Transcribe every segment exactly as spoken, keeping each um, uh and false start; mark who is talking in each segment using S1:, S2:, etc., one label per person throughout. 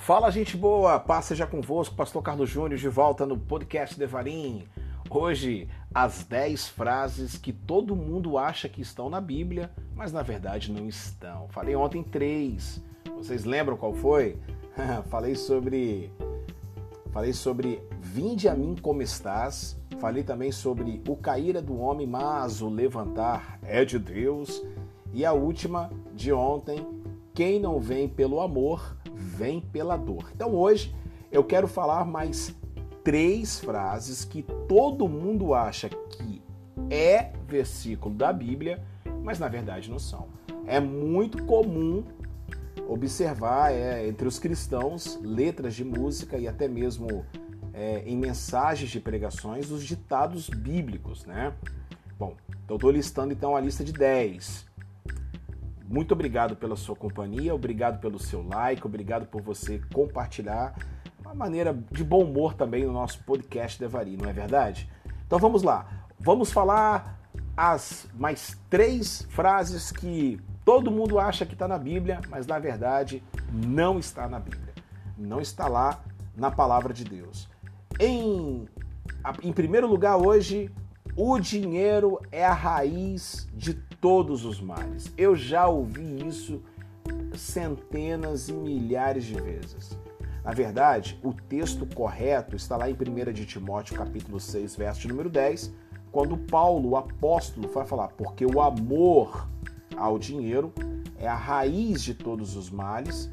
S1: Fala, gente boa, paz seja convosco, Pastor Carlos Júnior, de volta no podcast Devarim. Hoje, as dez frases que todo mundo acha que estão na Bíblia, mas na verdade não estão. Falei ontem três, vocês lembram qual foi? Falei sobre... Falei sobre vinde a mim como estás, falei também sobre o cair é do homem, mas o levantar é de Deus. E a última de ontem, quem não vem pelo amor, vem pela dor. Então hoje eu quero falar mais três frases que todo mundo acha que é versículo da Bíblia, mas na verdade não são. É muito comum observar é, entre os cristãos letras de música e até mesmo é, em mensagens de pregações os ditados bíblicos, né? Bom, então estou listando então a lista de dez. Muito obrigado pela sua companhia, obrigado pelo seu like, obrigado por você compartilhar uma maneira de bom humor também no nosso podcast Devarim, não é verdade? Então vamos lá, vamos falar as mais três frases que todo mundo acha que está na Bíblia, mas na verdade não está na Bíblia. Não está lá na palavra de Deus. Em, em primeiro lugar hoje, o dinheiro é a raiz de todos os males. Eu já ouvi isso centenas e milhares de vezes. Na verdade, o texto correto está lá em primeira de Timóteo, capítulo seis, verso número dez, quando Paulo, o apóstolo, vai falar, porque o amor ao dinheiro é a raiz de todos os males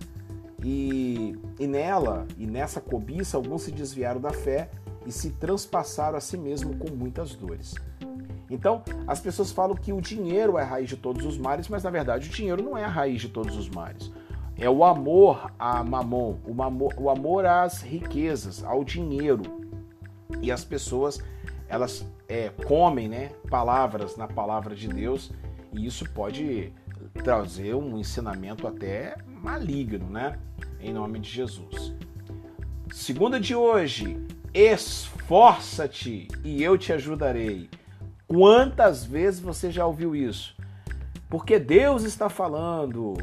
S1: e, e nela, e nessa cobiça, alguns se desviaram da fé e se transpassaram a si mesmo com muitas dores. Então, as pessoas falam que o dinheiro é a raiz de todos os males, mas na verdade o dinheiro não é a raiz de todos os males. É o amor a mamon, o amor, o amor às riquezas, ao dinheiro. E as pessoas, elas é, comem, né, palavras na palavra de Deus, e isso pode trazer um ensinamento até maligno, né? Em nome de Jesus. Segunda de hoje, esforça-te e eu te ajudarei. Quantas vezes você já ouviu isso? Porque Deus está falando.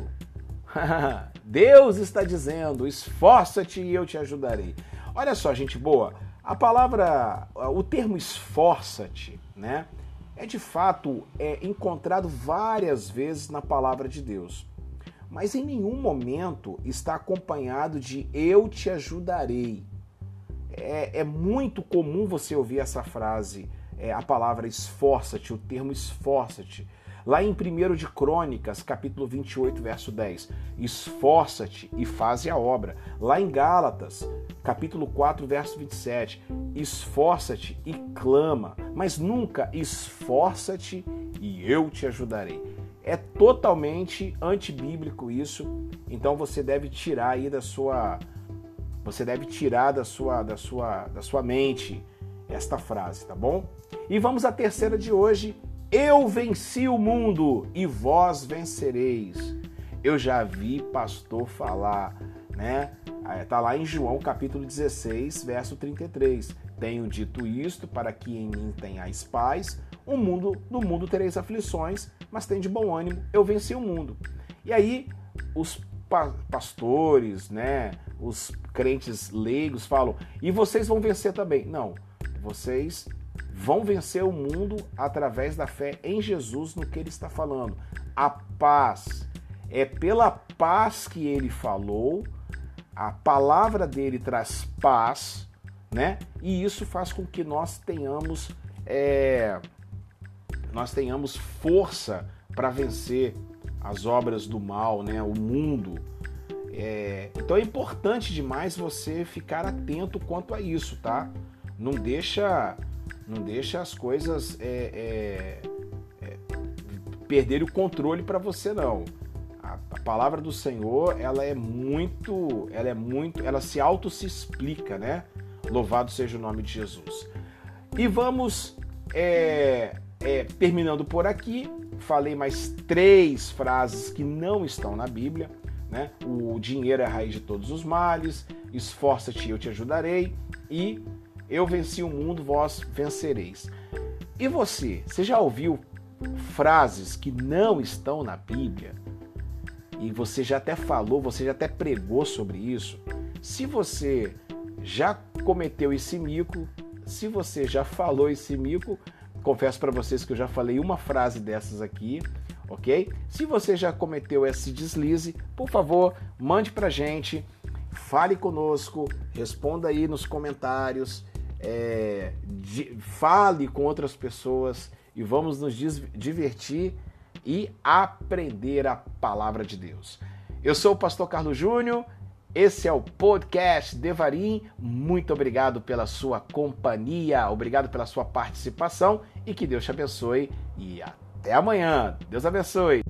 S1: Deus está dizendo, esforça-te e eu te ajudarei. Olha só, gente boa, a palavra, o termo esforça-te, né? É de fato é encontrado várias vezes na palavra de Deus, mas em nenhum momento está acompanhado de eu te ajudarei. É, é muito comum você ouvir essa frase, é, a palavra esforça-te, o termo esforça-te. Lá em primeiro de Crônicas, capítulo vinte e oito, verso dez, esforça-te e faze a obra. Lá em Gálatas, capítulo quatro, verso vinte e sete, esforça-te e clama, mas nunca esforça-te e eu te ajudarei. É totalmente antibíblico isso, então você deve tirar aí da sua, você deve tirar da sua, da sua, da sua mente esta frase, tá bom? E vamos à terceira de hoje. Eu venci o mundo e vós vencereis. Eu já vi pastor falar, né? Está lá em João capítulo dezesseis, verso trinta e três. Tenho dito isto para que em mim tenhais paz. O mundo, no mundo tereis aflições, mas tem de bom ânimo, eu venci o mundo. E aí os pa- pastores, né? Os crentes leigos falam, e vocês vão vencer também. Não, vocês vão vencer o mundo através da fé em Jesus, no que ele está falando. A paz. É pela paz que ele falou, a palavra dele traz paz, né? E isso faz com que nós tenhamos, é, nós tenhamos força para vencer as obras do mal, né? O mundo. É, então é importante demais você ficar atento quanto a isso, tá? Não deixa... Não deixa as coisas é, é, é, perderem o controle para você, não. A, a palavra do Senhor, ela é muito, ela é muito, ela se auto se explica, né? Louvado seja o nome de Jesus. E vamos é, é, terminando por aqui. Falei mais três frases que não estão na Bíblia, né? O dinheiro é a raiz de todos os males. Esforça-te, eu te ajudarei. E eu venci o mundo, vós vencereis. E você? Você já ouviu frases que não estão na Bíblia? E você já até falou, você já até pregou sobre isso? Se você já cometeu esse mico, se você já falou esse mico, confesso para vocês que eu já falei uma frase dessas aqui, ok? Se você já cometeu esse deslize, por favor, mande pra gente, fale conosco, responda aí nos comentários, é, de, fale com outras pessoas e vamos nos divertir e aprender a palavra de Deus. Eu sou o pastor Carlos Júnior, esse é o podcast Devarim. Muito obrigado pela sua companhia, obrigado pela sua participação e que Deus te abençoe e até amanhã. Deus abençoe.